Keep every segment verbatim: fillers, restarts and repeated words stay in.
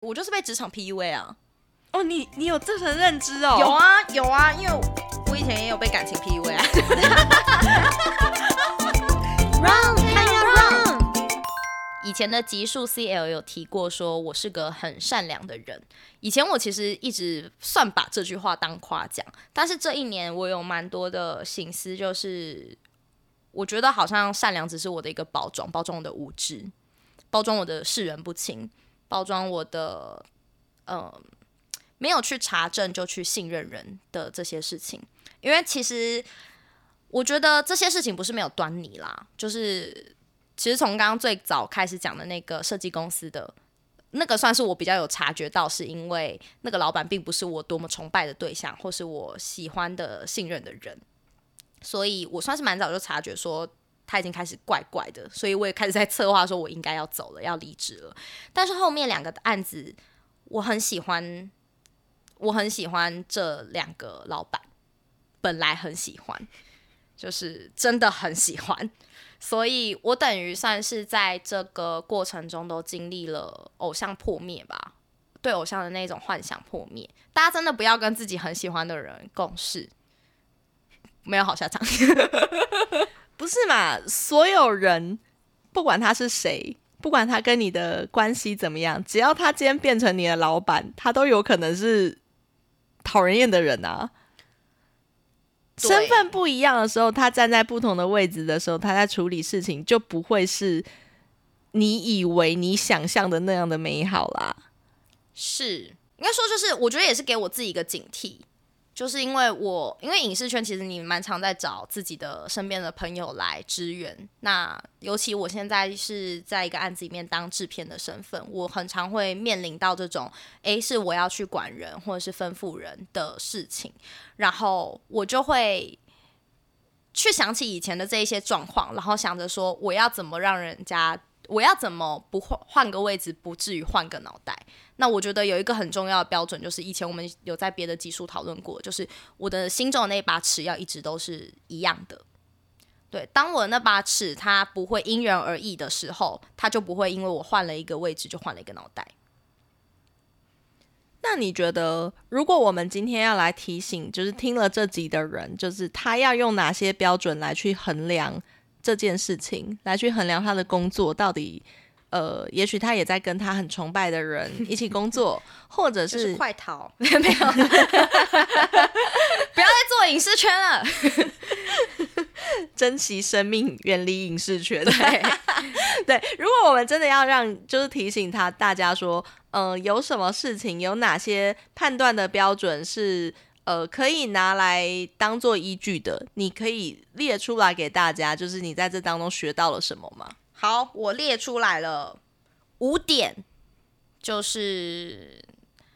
我就是被职场 P U A 啊。 哦，你你有这层认知哦？ 有啊有啊，因为我以前也有被感情 P U A 啊。 Run， 他要 run。 以前的集数 C L 有提过说我是个很善良的人，以前我其实一直算把这句话当夸奖，但是这一年我有蛮多的省思，就是我觉得好像善良只是我的一个包装，包装我的无知，包装我的视人不清，包装我的呃没有去查证就去信任人的这些事情。因为其实我觉得这些事情不是没有端倪啦，就是其实从刚刚最早开始讲的那个设计公司的那个，算是我比较有察觉到，是因为那个老板并不是我多么崇拜的对象，或是我喜欢的信任的人，所以我算是蛮早就察觉说他已经开始怪怪的，所以我也开始在策划说我应该要走了，要离职了。但是后面两个案子我很喜欢，我很喜欢这两个老板，本来很喜欢，就是真的很喜欢，所以我等于算是在这个过程中都经历了偶像破灭吧，对偶像的那种幻想破灭。大家真的不要跟自己很喜欢的人共事，没有好下场。 不是嘛？所有人不管他是谁，不管他跟你的关系怎么样，只要他今天变成你的老板，他都有可能是讨人厌的人啊。身份不一样的时候，他站在不同的位置的时候，他在处理事情就不会是你以为你想象的那样的美好啦。 是，应该说就是我觉得也是给我自己一个警惕，就是因为我因为影视圈其实你蛮常在找自己的身边的朋友来支援，那尤其我现在是在一个案子里面当制片的身份，我很常会面临到这种诶是我要去管人或者是吩咐人的事情，然后我就会去想起以前的这一些状况，然后想着说我要怎么让人家，我要怎么不换个位置不至于换个脑袋。那我觉得有一个很重要的标准，就是以前我们有在别的集数讨论过，就是我的心中的那把尺要一直都是一样的。对，当我的那把尺它不会因人而异的时候，它就不会因为我换了一个位置就换了一个脑袋。 那你觉得如果我们今天要来提醒就是听了这集的人，就是他要用哪些标准来去衡量这件事情，来去衡量他的工作到底呃，也许他也在跟他很崇拜的人一起工作，或者 是, 就是快逃没有不要再做影视圈了， 珍惜生命，远离影视圈。 对对，如果我们真的要让就是提醒他大家说呃，有什么事情，有哪些判断的标准是呃可以拿来当做依据的，你可以列出来给大家，就是你在这当中学到了什么吗？ 好，我列出来了五点，就是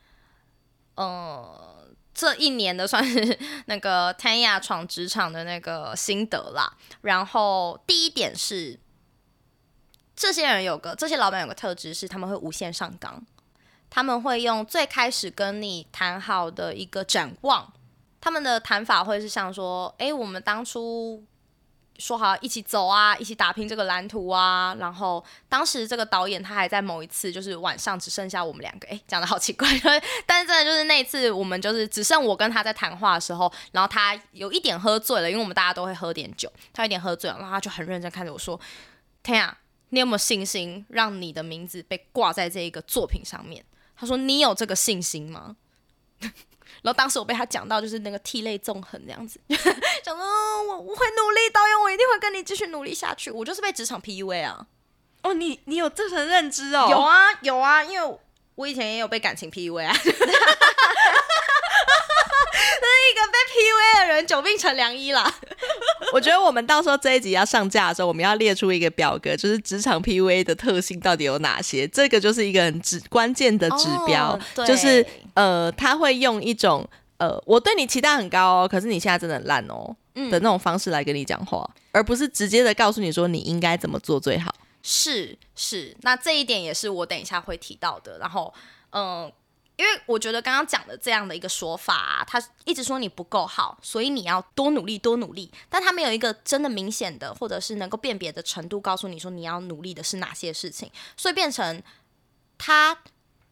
呃这一年的算是那个 Tanya 闯职场的那个心得啦。然后第一点是，这些人有个这些老板有个特质是他们会无限上纲，他们会用最开始跟你谈好的一个展望，他们的谈法会是像说，哎，我们当初说好一起走啊，一起打拼这个蓝图啊，然后当时这个导演他还在某一次就是晚上只剩下我们两个，哎，讲得好奇怪，但是真的就是那一次我们就是只剩我跟他在谈话的时候，然后他有一点喝醉了，因为我们大家都会喝点酒，他有点喝醉了，然后他就很认真看着我说，天啊，你有没有信心让你的名字被挂在这一个作品上面？他说你有这个信心吗？然后当时我被他讲到就是那个涕泪纵横这样子，讲说、哦、我我会努力，导演我一定会跟你继续努力下去。我就是被职场 P U A 啊。 哦，你你有这层认知哦？ 有啊有啊，因为我以前也有被感情 P U A 啊。那一个被 P U A 的人久病成良医啦。 我觉得我们到时候这一集要上架的时候，我们要列出一个表格，就是职场 P U A 的特性到底有哪些，这个就是一个很指关键的指标、哦、就是呃，他会用一种呃，我对你期待很高哦，可是你现在真的很烂哦、嗯、的那种方式来跟你讲话，而不是直接的告诉你说你应该怎么做最好。 是是，那这一点也是我等一下会提到的。然后嗯。因为我觉得刚刚讲的这样的一个说法、啊、他一直说你不够好，所以你要多努力多努力，但他没有一个真的明显的或者是能够辨别的程度告诉你说你要努力的是哪些事情，所以变成他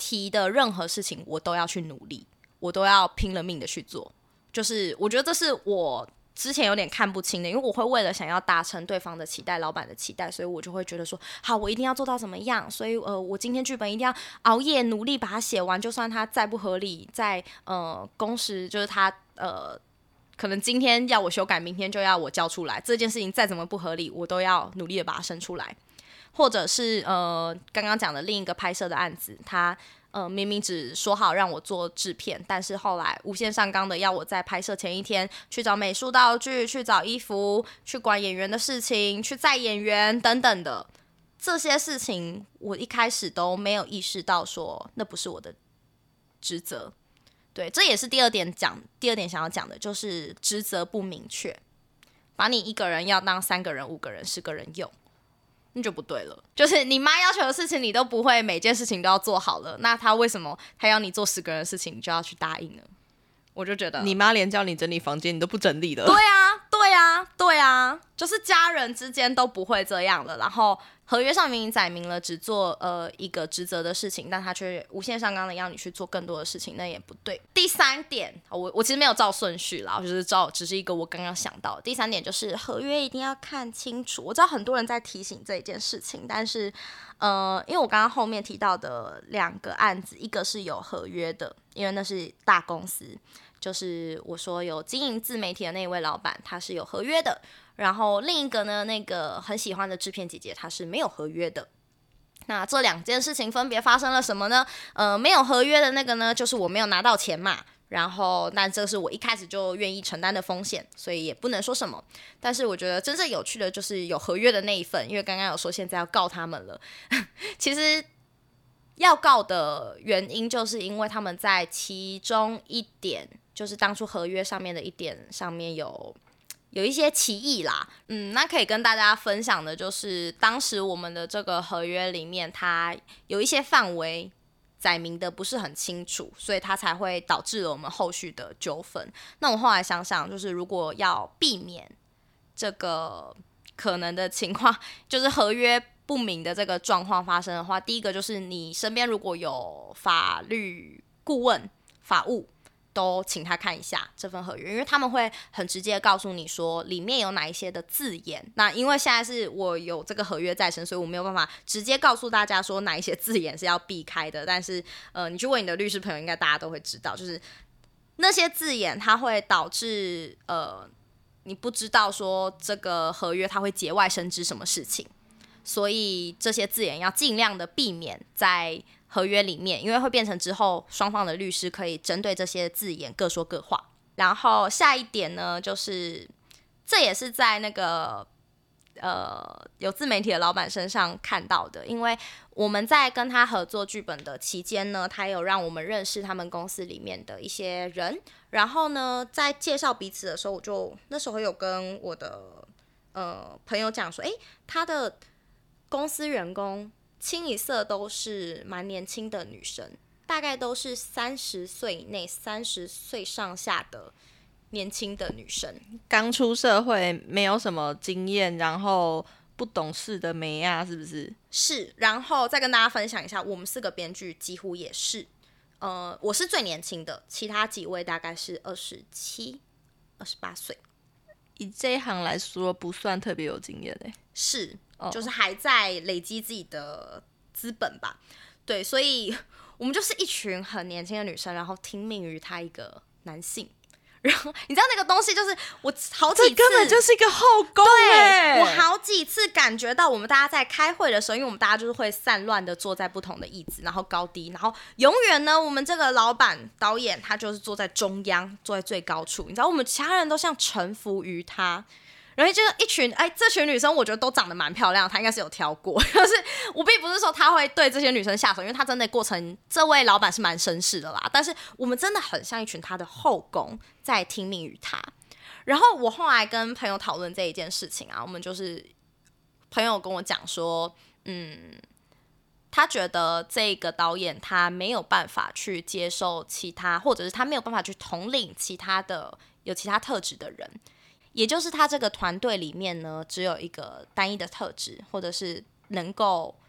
提的任何事情我都要去努力，我都要拼了命的去做。就是我觉得这是我之前有点看不清的，因为我会为了想要达成对方的期待、老板的期待，所以我就会觉得说，好，我一定要做到怎么样，所以呃，我今天剧本一定要熬夜努力把它写完，就算它再不合理，在呃工时就是它呃可能今天要我修改，明天就要我交出来，这件事情再怎么不合理，我都要努力的把它生出来。或者是呃刚刚讲的另一个拍摄的案子，他呃明明只说好让我做制片，但是后来无限上纲的要我在拍摄前一天去找美术道具，去找衣服，去管演员的事情，去载演员等等的这些事情，我一开始都没有意识到说那不是我的职责。对，这也是第二点讲，第二点想要讲的就是职责不明确，把你一个人要当三个人、五个人、十个人用。那就不对了，就是你妈要求的事情你都不会每件事情都要做好了，那她为什么她要你做十个人的事情你就要去答应呢？我就觉得你妈连叫你整理房间你都不整理了。 对啊对啊对啊，就是家人之间都不会这样了，然后合约上明明载明了只做呃一个职责的事情，但他却无限上纲的要你去做更多的事情，那也不对。第三点，我我其实没有照顺序啦，我就是照只是一个我刚刚想到的。第三点就是合约一定要看清楚。我知道很多人在提醒这一件事情，但是呃，因为我刚刚后面提到的两个案子，一个是有合约的，因为那是大公司，就是我说有经营自媒体的那一位老板，他是有合约的。然后另一个呢，那个很喜欢的制片姐姐，她是没有合约的。那这两件事情分别发生了什么呢？呃，没有合约的那个呢，就是我没有拿到钱嘛。然后，但这是我一开始就愿意承担的风险，所以也不能说什么。但是我觉得真正有趣的就是有合约的那一份，因为刚刚有说现在要告他们了。其实要告的原因，就是因为他们在其中一点，就是当初合约上面的一点上面有。有一些歧义啦，嗯，那可以跟大家分享的就是，当时我们的这个合约里面，它有一些范围载明的不是很清楚，所以它才会导致了我们后续的纠纷。那我后来想想，就是如果要避免这个可能的情况，就是合约不明的这个状况发生的话，第一个就是你身边如果有法律顾问、法务。都请他看一下这份合约，因为他们会很直接告诉你说里面有哪一些的字眼。那因为现在是我有这个合约在身，所以我没有办法直接告诉大家说哪一些字眼是要避开的。但是呃，你去问你的律师朋友，应该大家都会知道，就是那些字眼它会导致呃你不知道说这个合约它会节外生枝什么事情，所以这些字眼要尽量的避免在合约里面，因为会变成之后双方的律师可以针对这些字眼各说各话。然后下一点呢，就是这也是在那个呃有自媒体的老板身上看到的，因为我们在跟他合作剧本的期间呢，他有让我们认识他们公司里面的一些人，然后呢，在介绍彼此的时候，我就那时候有跟我的呃朋友讲说，诶，他的公司员工清一色都是蛮年轻的女生，大概都是三十岁以内、三十岁上下的年轻的女生， 刚出社会，没有什么经验，然后不懂事的妹啊，是不是？ 是，然后再跟大家分享一下，我们四个编剧几乎也是，呃，我是最年轻的，其他几位大概是二十七、二十八岁。 以这一行来说，不算特别有经验嘞。 是，就是还在累积自己的资本吧。对，所以我们就是一群很年轻的女生，然后听命于他一个男性。然后你知道那个东西，就是我好几次， 这根本就是一个后宫。 对，我好几次感觉到我们大家在开会的时候，因为我们大家就是会散乱的坐在不同的椅子，然后高低，然后永远呢，我们这个老板导演他就是坐在中央，坐在最高处。你知道，我们其他人都像臣服于他。然后就一群哎，这群女生我觉得都长得蛮漂亮，她应该是有挑过。就是我并不是说她会对这些女生下手，因为她真的过程，这位老板是蛮绅士的啦。但是我们真的很像一群她的后宫，在听命于她。然后我后来跟朋友讨论这一件事情啊，我们就是朋友跟我讲说，嗯，他觉得这个导演他没有办法去接受其他，或者是他没有办法去统领其他的有其他特质的人。也就是他这个团队里面呢，只有一个单一的特质，或者是能够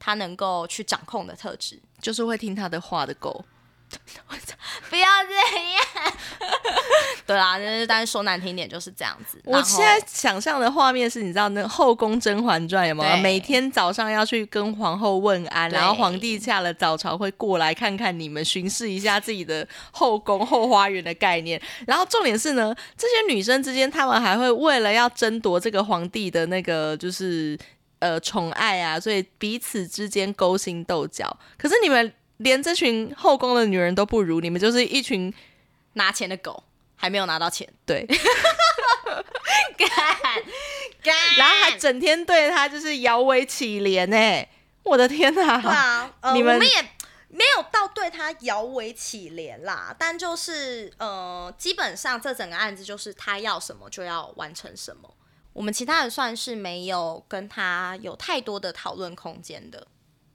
他能够去掌控的特质， 就是会听他的话的狗。 不要这样。对啦，但是说难听点就是这样子。 我现在想象的画面是，你知道那《后宫甄嬛传》有没有？每天早上要去跟皇后问安，然后皇帝下了早朝会过来看看你们，巡视一下自己的后宫后花园的概念。然后重点是呢，这些女生之间，她们还会为了要争夺这个皇帝的那个就是呃宠爱啊，所以彼此之间勾心斗角。可是你们连这群后宫的女人都不如，你们就是一群拿钱的狗，还没有拿到钱。 对。 干干， 然后还整天对他就是摇尾乞怜哎，我的天哪！ 对啊，呃、 你们我们也没有到对他摇尾乞怜啦，但就是呃，基本上这整个案子就是他要什么就要完成什么。我们其他人算是没有跟他有太多的讨论空间的。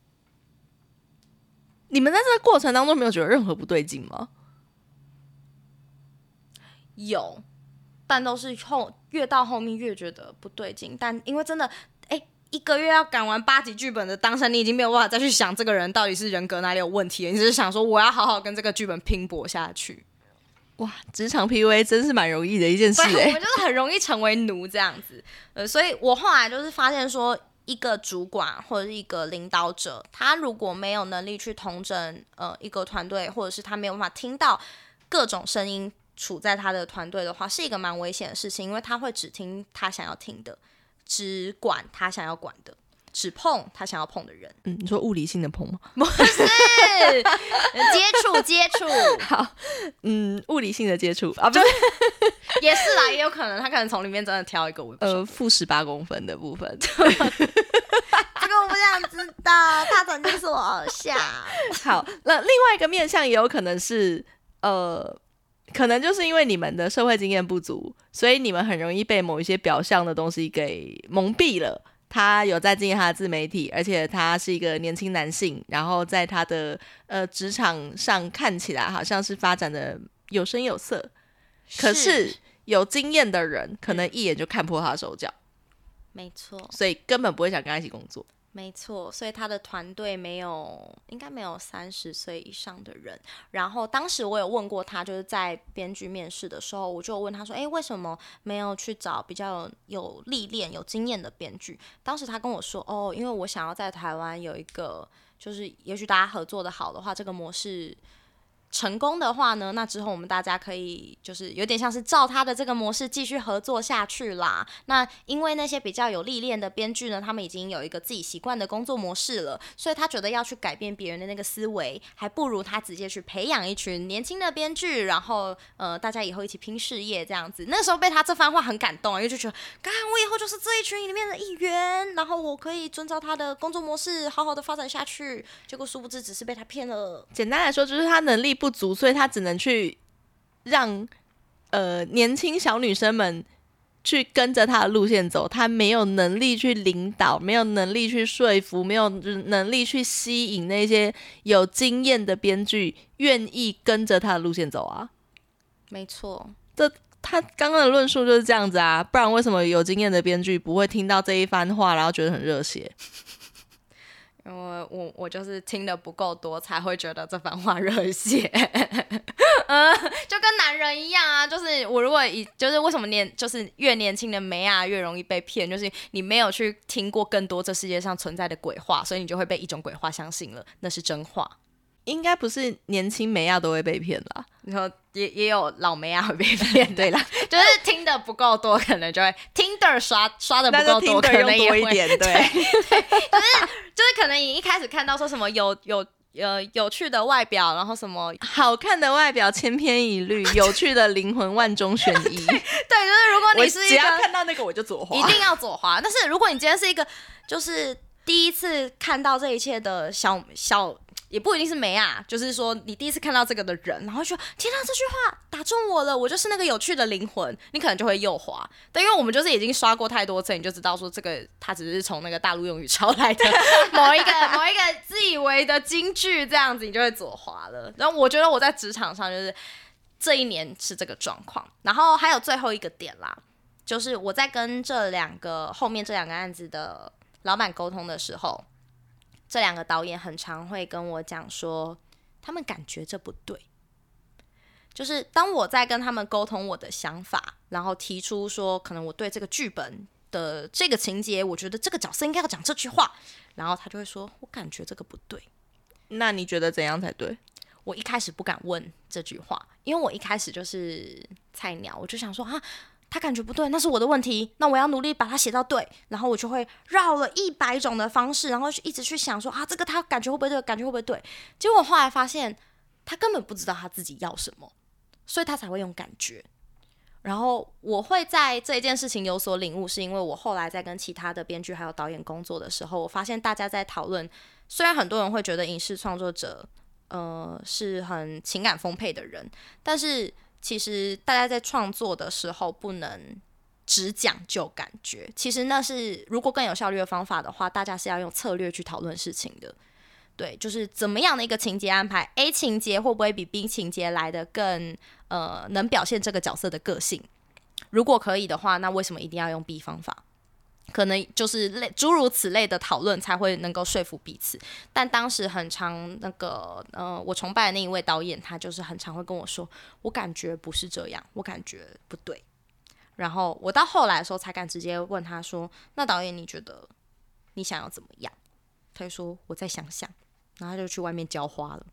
你们在这个过程当中没有觉得任何不对劲吗？ 有，但都是后越到后面越觉得不对劲。但因为真的，哎，一个月要赶完八集剧本的当下，你已经没有办法再去想这个人到底是人格哪里有问题了，你只是想说我要好好跟这个剧本拼搏下去。 哇，职场 P U A 真是蛮容易的一件事哎、欸， 我们就是很容易成为奴这样子。呃，所以我后来就是发现说，一个主管或者是一个领导者，他如果没有能力去统整呃一个团队，或者是他没有办法听到各种声音处在他的团队的话，是一个蛮危险的事情，因为他会只听他想要听的，只管他想要管的，只碰他想要碰的人。 嗯，你说物理性的碰吗？ 不是，接触接触。 好，嗯，物理性的接触啊，不是， 也是啦，也有可能他可能从里面真的挑一个我不呃负十八公分的部分。 这个我不想知道，他曾经是我偶像。 好，那另外一个面向也有可能是呃。可能就是因为你们的社会经验不足，所以你们很容易被某一些表象的东西给蒙蔽了。他有在经营他的自媒体，而且他是一个年轻男性，然后在他的呃职场上看起来好像是发展的有声有色，可是有经验的人可能一眼就看破他的手脚， 没错， 所以根本不会想跟他一起工作。 没错，所以他的团队没有，应该没有三十岁以上的人。然后当时我有问过他，就是在编剧面试的时候，我就有问他说：“哎，为什么没有去找比较有有历练、有经验的编剧？”当时他跟我说：“哦，因为我想要在台湾有一个，就是也许大家合作的好的话，这个模式。”成功的话呢，那之后我们大家可以就是有点像是照他的这个模式继续合作下去啦。那因为那些比较有历练的编剧呢，他们已经有一个自己习惯的工作模式了，所以他觉得要去改变别人的那个思维，还不如他直接去培养一群年轻的编剧，然后呃大家以后一起拼事业这样子。那时候被他这番话很感动，因为就觉得，干我以后就是这一群里面的一员，然后我可以遵照他的工作模式好好的发展下去。结果殊不知只是被他骗了。 简单来说，就是他能力不足，所以他只能去让呃年轻小女生们去跟着他的路线走，他没有能力去领导，没有能力去说服，没有能力去吸引那些有经验的编剧愿意跟着他的路线走啊。 没错， 这他刚刚的论述就是这样子啊，不然为什么有经验的编剧不会听到这一番话然后觉得很热血？ 因为我我就是听的不够多，才会觉得这番话热血。呃，就跟男人一样啊，就是我如果以就是为什么年就是越年轻的妹啊越容易被骗，就是你没有去听过更多这世界上存在的鬼话，所以你就会被一种鬼话相信了，那是真话。 应该不是年轻妹啊都会被骗啦， 你说也也有老妹啊会被骗，对啦，就是听的不够多，可能就会 Tinder 刷刷的不够多，可能也会多一点，对， 对对就是就是可能你一开始看到说什么有有呃有趣的外表，然后什么好看的外表千篇一律，有趣的灵魂万中选一。对， 对，就是如果你是一个只要看到那个我就左滑， 一定要左滑。但是如果你今天是一个就是第一次看到这一切的小小。也不一定是梅啊，就是说你第一次看到这个的人，然后说天啊，这句话打中我了，我就是那个有趣的灵魂，你可能就会右滑。但因为我们就是已经刷过太多次，你就知道说这个他只是从那个大陆用语抄来的某一个某一个自以为的金句，这样子你就会左滑了。然后我觉得我在职场上就是这一年是这个状况，然后还有最后一个点啦，就是我在跟这两个后面这两个案子的老板沟通的时候。 这两个导演很常会跟我讲说，他们感觉这不对。就是当我在跟他们沟通我的想法，然后提出说，可能我对这个剧本的这个情节，我觉得这个角色应该要讲这句话，然后他就会说，我感觉这个不对。 那你觉得怎样才对？ 我一开始不敢问这句话，因为我一开始就是菜鸟，我就想说啊，他感觉不对，那是我的问题，那我要努力把它写到对，然后我就会绕了一百种的方式，然后一直去想说啊，这个他感觉会不会对，感觉会不会对？结果我后来发现，他根本不知道他自己要什么，所以他才会用感觉。然后我会在这一件事情有所领悟，是因为我后来在跟其他的编剧还有导演工作的时候，我发现大家在讨论，虽然很多人会觉得影视创作者呃是很情感丰沛的人，但是其实大家在创作的时候不能只讲究感觉，其实那是如果更有效率的方法的话，大家是要用策略去讨论事情的。对，就是怎么样的一个情节安排 ，A 情节会不会比 B 情节来得更呃能表现这个角色的个性？如果可以的话，那为什么一定要用 B 方法？可能就是类诸如此类的讨论才会能够说服彼此。但当时很常那个呃，我崇拜的那一位导演，他就是很常会跟我说，我感觉不是这样，我感觉不对。然后我到后来的时候才敢直接问他说，那导演你觉得你想要怎么样？他就说我再想想。然后他就去外面浇花了。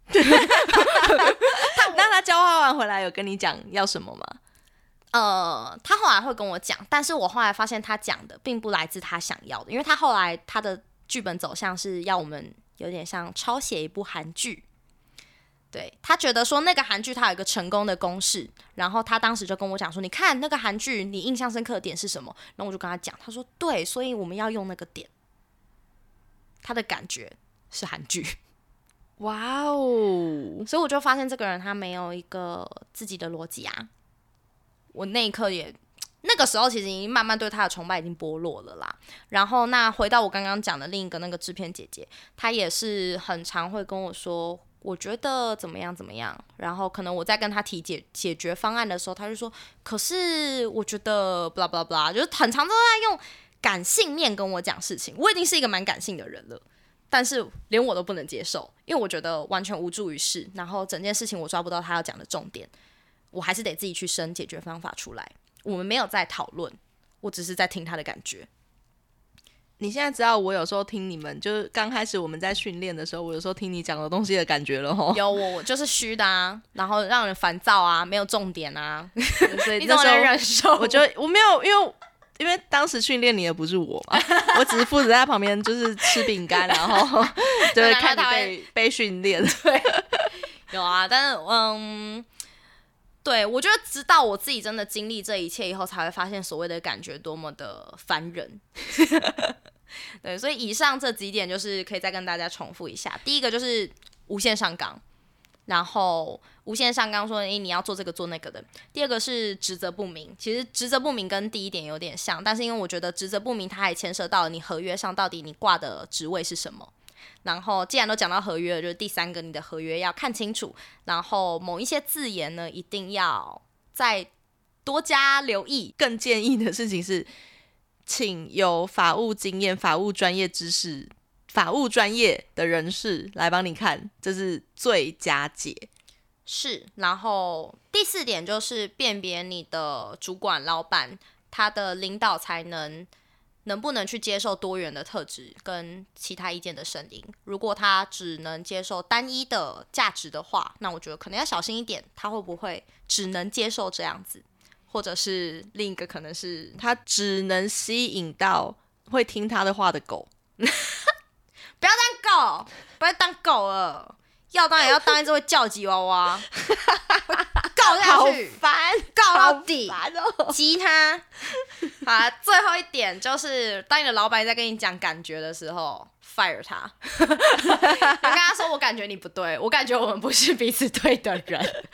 那他浇花完回来有跟你讲要什么吗？ 呃，他后来会跟我讲，但是我后来发现他讲的并不来自他想要的，因为他后来他的剧本走向是要我们有点像抄写一部韩剧。对，他觉得说那个韩剧他有一个成功的公式，然后他当时就跟我讲说，你看那个韩剧你印象深刻的点是什么？然后我就跟他讲，他说对，所以我们要用那个点。他的感觉是韩剧。 哇哦！ 所以我就发现这个人他没有一个自己的逻辑啊。我那一刻也，那个时候其实已经慢慢对他的崇拜已经剥落了啦。然后那回到我刚刚讲的另一个那个制片姐姐，她也是很常会跟我说，我觉得怎么样怎么样。然后可能我在跟她提解解决方案的时候，她就说，可是我觉得 blah blah blah， 就是很常都在用感性面跟我讲事情。我已经是一个蛮感性的人了。但是连我都不能接受，因为我觉得完全无助于事，然后整件事情我抓不到他要讲的重点，我还是得自己去生解决方法出来。我们没有在讨论，我只是在听他的感觉。 你现在知道我有时候听你们，就是刚开始我们在训练的时候，我有时候听你讲的东西的感觉了齁。 有我，我就是虚的啊，然后让人烦躁啊，没有重点啊， 所以你怎么能忍受？ 我就我没有，因为。因为当时训练你的不是我嘛，我只是负责在旁边就是吃饼干，然后就是看你被被训练。 对，有啊，但是嗯，对，我觉得直到我自己真的经历这一切以后，才会发现所谓的感觉多么的烦人。对，所以以上这几点就是可以再跟大家重复一下。第一个就是无限上纲。然后无限上纲说，诶，你要做这个做那个的。第二个是职责不明，其实职责不明跟第一点有点像，但是因为我觉得职责不明，它还牵涉到你合约上到底你挂的职位是什么。然后既然都讲到合约了，就是第三个，你的合约要看清楚，然后某一些字眼呢，一定要再多加留意。 更建议的事情是，请有法务经验、法务专业知识。法务专业的人士来帮你看，这是最佳解。 是，然后第四点就是辨别你的主管、老板他的领导才能能不能去接受多元的特质跟其他意见的声音。如果他只能接受单一的价值的话，那我觉得可能要小心一点，他会不会只能接受这样子，或者是另一个可能是他只能吸引到会听他的话的狗。 不要当狗，不要当狗了，要当也要当一只会叫吉娃娃，告下去， 好烦， 告到底， 好烦哦， 激他。好啊，最后一点就是，当你的老板在跟你讲感觉的时候 ，fire 他。你跟他说，我感觉你不对，我感觉我们不是彼此对的人。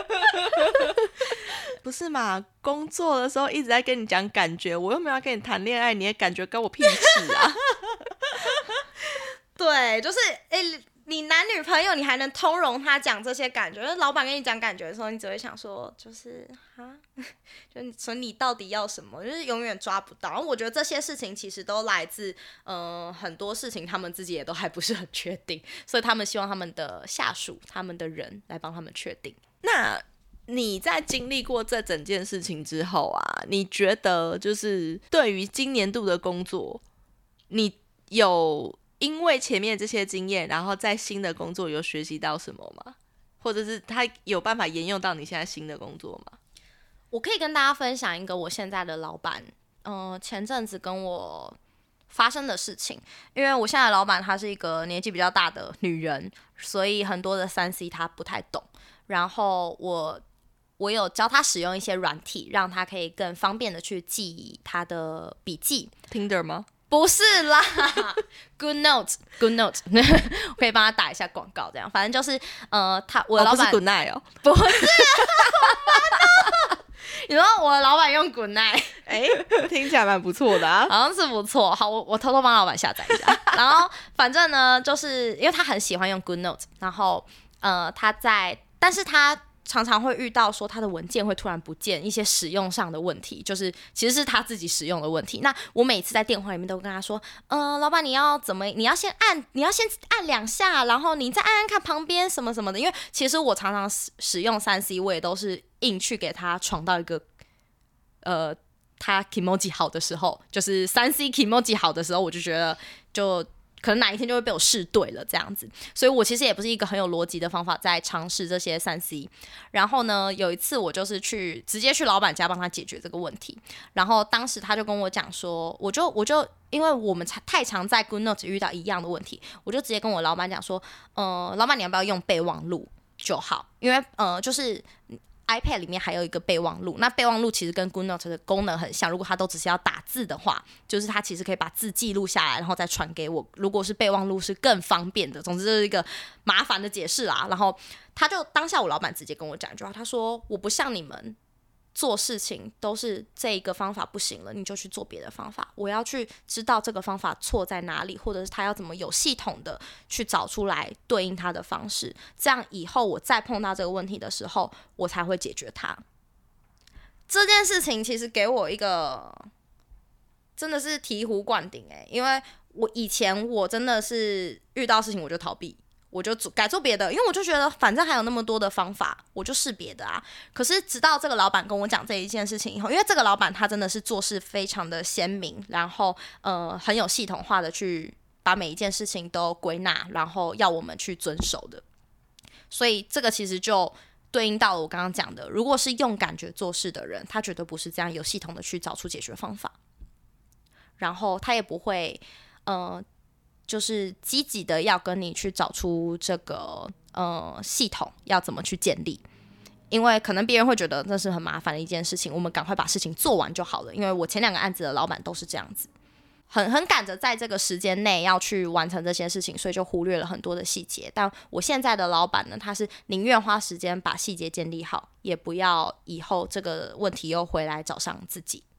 不是嘛？工作的时候一直在跟你讲感觉，我又没有要跟你谈恋爱，你也感觉关我屁事啊！ 对，就是诶、欸， 你男女朋友你还能通融他讲这些感觉，就是老板跟你讲感觉的时候，你只会想说，就是哈，就你说你到底要什么，就是永远抓不到。然后我觉得这些事情其实都来自，呃，很多事情他们自己也都还不是很确定，所以他们希望他们的下属、他们的人来帮他们确定。 那你在经历过这整件事情之后啊，你觉得就是对于今年度的工作，你有因为前面这些经验，然后在新的工作有学习到什么吗？或者是他有办法沿用到你现在新的工作吗？ 我可以跟大家分享一个我现在的老板，嗯、呃，前阵子跟我发生的事情。因为我现在的老板她是一个年纪比较大的女人，所以很多的三 C 她不太懂。然后我我有教她使用一些软体，让她可以更方便的去记她的笔记。 Tinder 吗？不是啦，Good Note Good Note 我可以帮他打一下广告，这样反正就是呃，他我的老板、 哦、不是 Good Night 哦， 不是、啊，你说我的老板用 Good Night， 哎、欸，听起来蛮不错的啊， 好像是不错。好，我我偷偷帮老板下载一下。然后反正呢，就是因为他很喜欢用 Good Note， 然后呃他在，但是他常常会遇到说他的文件会突然不见，一些使用上的问题，就是其实是他自己使用的问题。那我每次在电话里面都跟他说，呃，老板你要怎么，你要先按，你要先按两下，然后你再按按看旁边什么什么的。因为其实我常常使使用三 C， 我也都是硬去给他闯到一个，呃，他 Kimoji 好的时候，就是三 C Kimoji 好的时候，我就觉得就。可能哪一天就会被我试对了这样子，所以我其实也不是一个很有逻辑的方法在尝试这些三 C。然后呢，有一次我就是去直接去老板家帮他解决这个问题，然后当时他就跟我讲说，我就我就因为我们太常在 Good Note 遇到一样的问题，我就直接跟我老板讲说，呃，老板你要不要用备忘录就好，因为呃就是。iPad 里面还有一个备忘录，那备忘录其实跟 Good Note 的功能很像，如果它都只是要打字的话，就是它其实可以把字记录下来，然后再传给我。如果是备忘录是更方便的，总之就是一个麻烦的解释啦。然后他就当下我老板直接跟我讲一句话，他说我不像你们做事情都是这一个方法不行了，你就去做别的方法。我要去知道这个方法错在哪里，或者是他要怎么有系统的去找出来对应他的方式，这样以后我再碰到这个问题的时候，我才会解决它。这件事情其实给我一个真的是醍醐灌顶欸，因为我以前我真的是遇到事情我就逃避。我就改做别的，因为我就觉得反正还有那么多的方法，我就试别的啊。可是直到这个老板跟我讲这一件事情以后，因为这个老板他真的是做事非常的鲜明，然后呃很有系统化的去把每一件事情都归纳，然后要我们去遵守的。所以这个其实就对应到了我刚刚讲的，如果是用感觉做事的人，他绝对不是这样有系统的去找出解决方法，然后他也不会呃。就是积极的要跟你去找出这个呃系统要怎么去建立，因为可能别人会觉得那是很麻烦的一件事情，我们赶快把事情做完就好了。因为我前两个案子的老板都是这样子，很很赶着在这个时间内要去完成这些事情，所以就忽略了很多的细节。但我现在的老板呢，他是宁愿花时间把细节建立好，也不要以后这个问题又回来找上自己。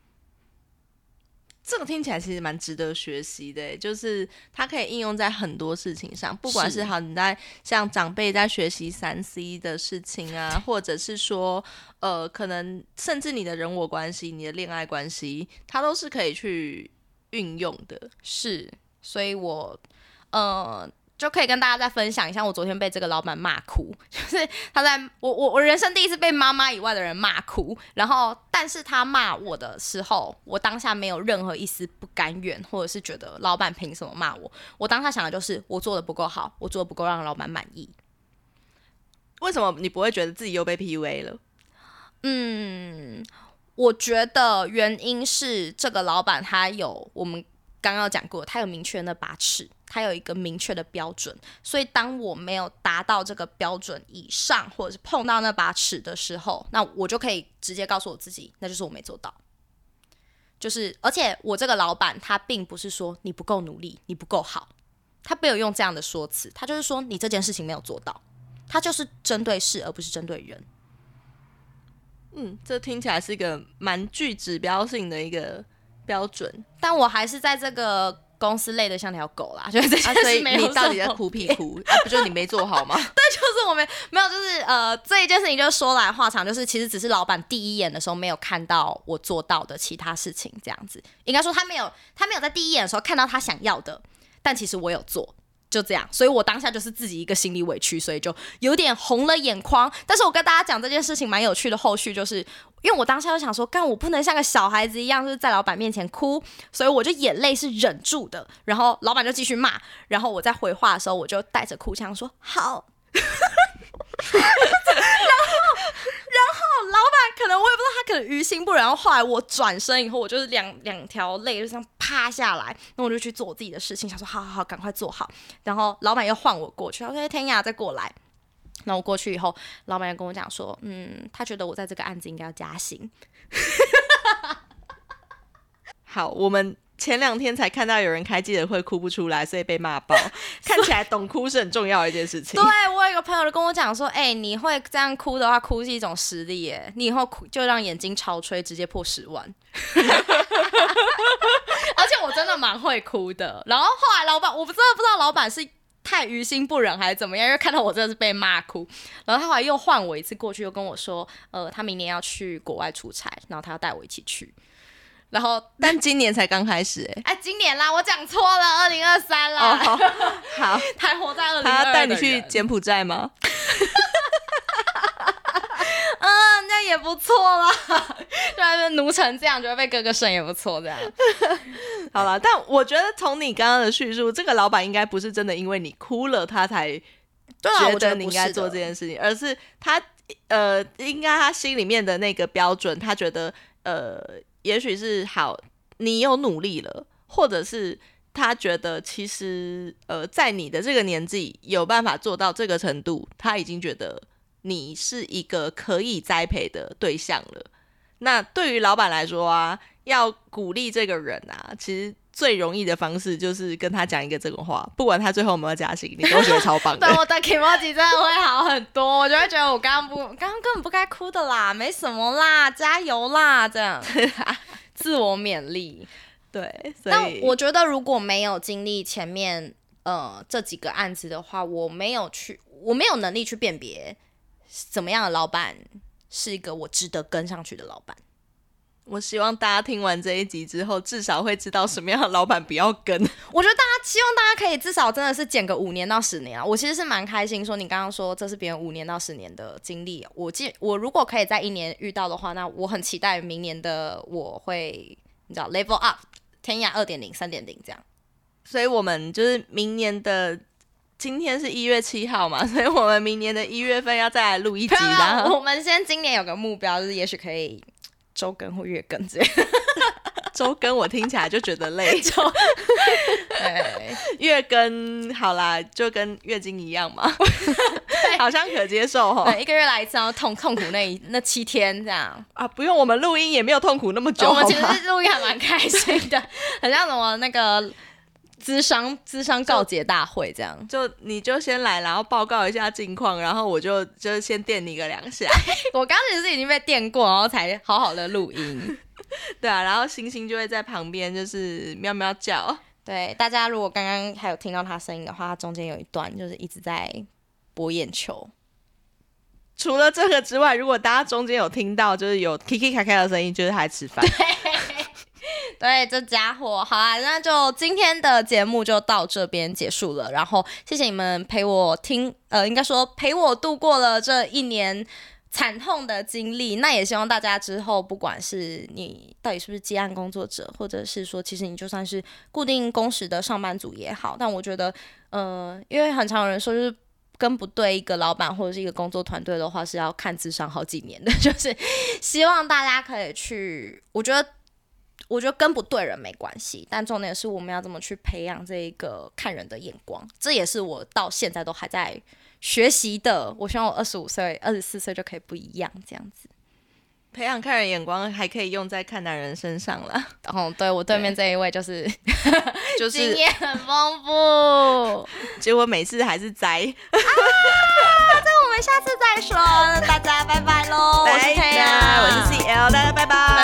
这个听起来其实蛮值得学习的，就是它可以应用在很多事情上，不管是好你在像长辈在学习三 C 的事情啊，或者是说呃，可能甚至你的人我关系、你的恋爱关系，它都是可以去运用的。 是，所以我呃。就可以跟大家再分享一下，我昨天被这个老板骂哭，就是他在我我我人生第一次被妈妈以外的人骂哭，然后但是他骂我的时候，我当下没有任何一丝不甘愿，或者是觉得老板凭什么骂我，我当下想的就是我做的不够好，我做的不够让老板满意。 为什么你不会觉得自己又被 P U A 了？ 嗯，我觉得原因是这个老板他有我们刚刚讲过，他有明确的那把尺，他有一个明确的标准，所以当我没有达到这个标准以上，或者是碰到那把尺的时候，那我就可以直接告诉我自己，那就是我没做到。就是而且我这个老板他并不是说你不够努力，你不够好，他没有用这样的说辞，他就是说你这件事情没有做到，他就是针对事而不是针对人。 嗯，这听起来是一个蛮具指标性的一个标准， 但我还是在这个公司累得像条狗啦，就是这件事没有、 啊、所以你到底在哭屁哭啊？不就是你没做好吗？ 对，就是我没没有，就是呃，这一件事情就是说来话长，就是其实只是老板第一眼的时候没有看到我做到的其他事情，这样子，应该说他没有他没有在第一眼的时候看到他想要的，但其实我有做。就这样，所以我当下就是自己一个心理委屈，所以就有点红了眼眶。但是我跟大家讲这件事情蛮有趣的，后续就是因为我当下就想说，干我不能像个小孩子一样，就是在老板面前哭，所以我就眼泪是忍住的。然后老板就继续骂，然后我在回话的时候，我就带着哭腔说好。然后，然后老板可能我也不知道，他可能于心不忍。然后后来我转身以后，我就是两两条泪就这样趴下来，那我就去做我自己的事情，想说好好好，赶快做好。然后老板又换我过去，他说天雅再过来。然后我过去以后，老板又跟我讲说，嗯，他觉得我在这个案子应该要加薪。 好，我们前两天才看到有人开记者会哭不出来，所以被骂爆。看起来懂哭是很重要的一件事情。 对，我有一个朋友就跟我讲说，哎、欸，你会这样哭的话，哭是一种实力耶，你以后哭就让眼睛超吹，直接破十万。而且我真的蛮会哭的。然后后来老板，我真的不知道老板是太于心不忍还是怎么样，因为看到我真的是被骂哭。然后他后来又换我一次过去，又跟我说，呃，他明年要去国外出差，然后他要带我一起去。然后， 但今年才刚开始哎、欸， 哎，今年啦，我讲错了，二零二三啦。 哦，好， 还活在二零二二。 他要带你去柬埔寨吗？ 嗯，那也不错啦，就在那边奴成这样，觉得被哥哥生也不错，这样。 好啦，但我觉得从你刚刚的叙述，这个老板应该不是真的因为你哭了，他才觉得你应该做这件事情，而是他呃，应该他心里面的那个标准，他觉得呃。也许是好，你有努力了，或者是他觉得其实呃，在你的这个年纪有办法做到这个程度，他已经觉得你是一个可以栽培的对象了。那对于老板来说啊，要鼓励这个人啊，其实最容易的方式就是跟他讲一个这种话，不管他最后有没有加薪，你都觉得超棒的。 对，我的 Kimoji 真的会好很多，我就会觉得我刚刚不，刚刚根本不该哭的啦，没什么啦，加油啦，这样自我勉励。 对，所以但我觉得如果没有经历前面呃这几个案子的话，我没有去，我没有能力去辨别怎么样的老板是一个我值得跟上去的老板。 我希望大家听完这一集之后，至少会知道什么样的老板不要跟。 我觉得大家希望大家可以至少真的是减个五年到十年啊！我其实是蛮开心，说你刚刚说这是别人五年到十年的经历，我记我如果可以在一年遇到的话，那我很期待明年的我会你知道 level up 天涯二点零、三点零这样。 所以我们就是明年的。今天是一月七号嘛，所以我们明年的一月份要再来录一集啦。 我们先今年有个目标，就是也许可以周更或月更之类的。 周更我听起来就觉得累。 对， 月更好啦，就跟月经一样嘛，好像可接受齁。 对，一个月来一次，然后痛痛苦那那七天这样啊，不用，我们录音也没有痛苦那么久。 我们其实录音还蛮开心的，很像什么那个。諮商諮商告解大会这样， 就你就先来，然后报告一下近况，然后我就就先电你个两下。 我刚其实是已经被电过，然后才好好的录音。 对啊，然后星星就会在旁边就是喵喵叫。 对，大家如果刚刚还有听到他声音的话，他中间有一段就是一直在博眼球。 除了这个之外，如果大家中间有听到就是有 Kiki 卡卡的声音，就是他在吃饭。 对，这家伙好啊，那就今天的节目就到这边结束了。然后谢谢你们陪我听，呃，应该说陪我度过了这一年惨痛的经历。那也希望大家之后，不管是你到底是不是接案工作者，或者是说其实你就算是固定工时的上班族也好，但我觉得，呃，因为很常有人说就是。跟不对一个老板或者是一个工作团队的话，是要看智商好几年的。就是希望大家可以去，我觉得。我觉得跟不对人没关系，但重点是我们要怎么去培养这一个看人的眼光，这也是我到现在都还在学习的。我希望我二十五岁、二十四岁就可以不一样，这样子。 培养看人眼光还可以用在看男人身上啦。 哦，对，我对面这一位就是就是经验很丰富， 结果每次还是栽。 啊，这我们下次再说。大家拜拜喽！ 我是 Taya，我是 C L， 大家拜拜。